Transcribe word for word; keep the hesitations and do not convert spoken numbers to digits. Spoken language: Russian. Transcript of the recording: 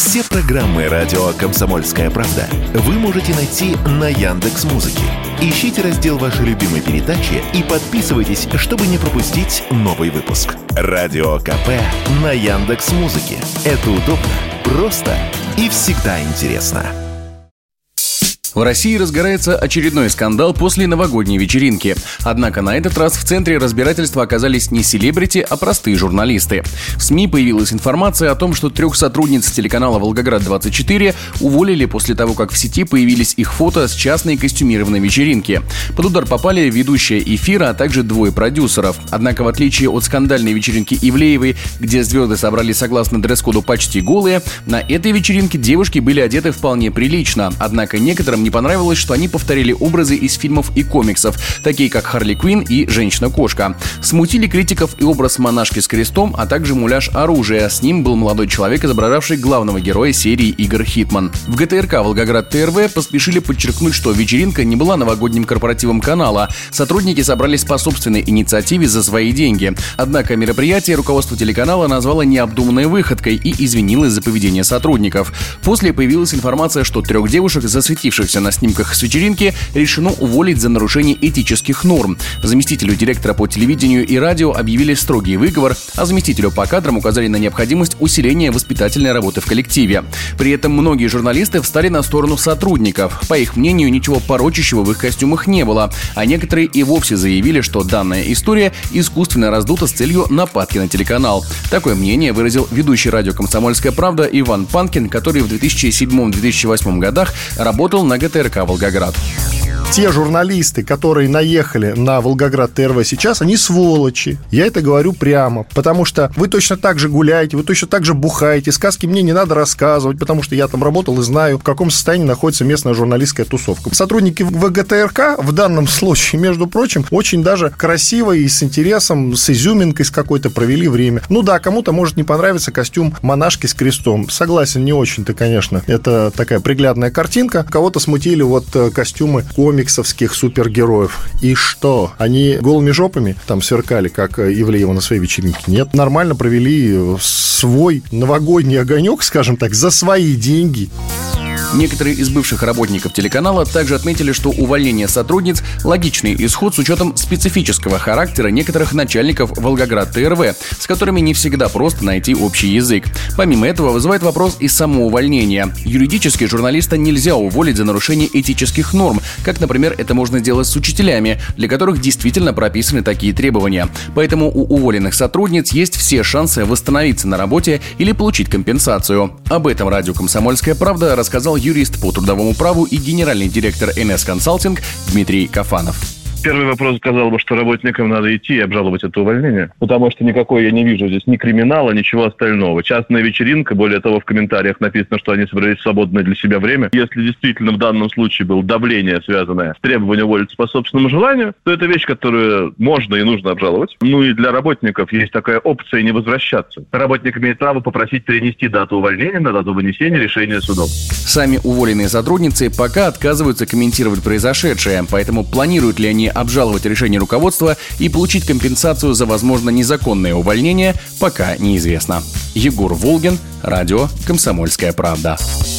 Все программы радио «Комсомольская правда» вы можете найти на Яндекс.Музыке. Ищите раздел вашей любимой передачи и подписывайтесь, чтобы не пропустить новый выпуск. Радио КП на Яндекс.Музыке. Это удобно, просто и всегда интересно. В России разгорается очередной скандал после новогодней вечеринки. Однако на этот раз в центре разбирательства оказались не селебрити, а простые журналисты. В СМИ появилась информация о том, что трех сотрудниц телеканала «Волгоград двадцать четыре» уволили после того, как в сети появились их фото с частной костюмированной вечеринки. Под удар попали ведущая эфира, а также двое продюсеров. Однако, в отличие от скандальной вечеринки Ивлеевой, где звезды собрались согласно дресс-коду почти голые, на этой вечеринке девушки были одеты вполне прилично. Однако некоторым не понравилось, что они повторили образы из фильмов и комиксов, такие как Харли Квинн и Женщина-кошка. Смутили критиков и образ монашки с крестом, а также муляж оружия. С ним был молодой человек, изображавший главного героя серии игр «Хитман». В ГТРК «Волгоград ТРВ» поспешили подчеркнуть, что вечеринка не была новогодним корпоративом канала. Сотрудники собрались по собственной инициативе за свои деньги. Однако мероприятие руководство телеканала назвало необдуманной выходкой и извинилось за поведение сотрудников. После появилась информация, что трех девушек, засветившихся на снимках с вечеринки, решено уволить за нарушение этических норм. Заместителю директора по телевидению и радио объявили строгий выговор, а заместителю по кадрам указали на необходимость усиления воспитательной работы в коллективе. При этом многие журналисты встали на сторону сотрудников. По их мнению, ничего порочащего в их костюмах не было, а некоторые и вовсе заявили, что данная история искусственно раздута с целью нападки на телеканал. Такое мнение выразил ведущий радио «Комсомольская правда» Иван Панкин, который в две тысячи седьмом — две тысячи восьмом годах работал на ГТРК «Волгоград». Те журналисты, которые наехали на Волгоград ТРВ сейчас, они сволочи. Я это говорю прямо, потому что вы точно так же гуляете, вы точно так же бухаете. Сказки мне не надо рассказывать, потому что я там работал и знаю, в каком состоянии находится местная журналистская тусовка. Сотрудники ВГТРК в данном случае, между прочим, очень даже красиво и с интересом, с изюминкой с какой-то провели время. Ну да, кому-то может не понравиться костюм монашки с крестом. Согласен, не очень-то, конечно. Это такая приглядная картинка. Кого-то смутили вот костюмы комиксов, комиксовских супергероев. И что? Они голыми жопами там сверкали, как Ивлеева на своей вечеринке? Нет. Нормально провели свой новогодний огонек, скажем так, за свои деньги. Некоторые из бывших работников телеканала также отметили, что увольнение сотрудниц – логичный исход с учетом специфического характера некоторых начальников Волгоград ТРВ, с которыми не всегда просто найти общий язык. Помимо этого вызывает вопрос и самоувольнение. Юридически журналиста нельзя уволить за нарушение этических норм, как, например, это можно сделать с учителями, для которых действительно прописаны такие требования. Поэтому у уволенных сотрудниц есть все шансы восстановиться на работе или получить компенсацию. Об этом радио «Комсомольская правда» рассказал юрист по трудовому праву и генеральный директор эн эс Консалтинг Дмитрий Кафанов. Первый вопрос сказал бы, что работникам надо идти и обжаловать это увольнение, потому что никакой я не вижу здесь ни криминала, ничего остального. Частная вечеринка, более того, в комментариях написано, что они собрались в свободное для себя время. Если действительно в данном случае было давление, связанное с требованием уволиться по собственному желанию, то это вещь, которую можно и нужно обжаловать. Ну и для работников есть такая опция не возвращаться. Работник имеет право попросить перенести дату увольнения на дату вынесения решения судом. Сами уволенные сотрудницы пока отказываются комментировать произошедшее, поэтому планируют ли они обжаловать решение руководства и получить компенсацию за, возможно, незаконное увольнение, пока неизвестно. Егор Волгин, радио «Комсомольская правда».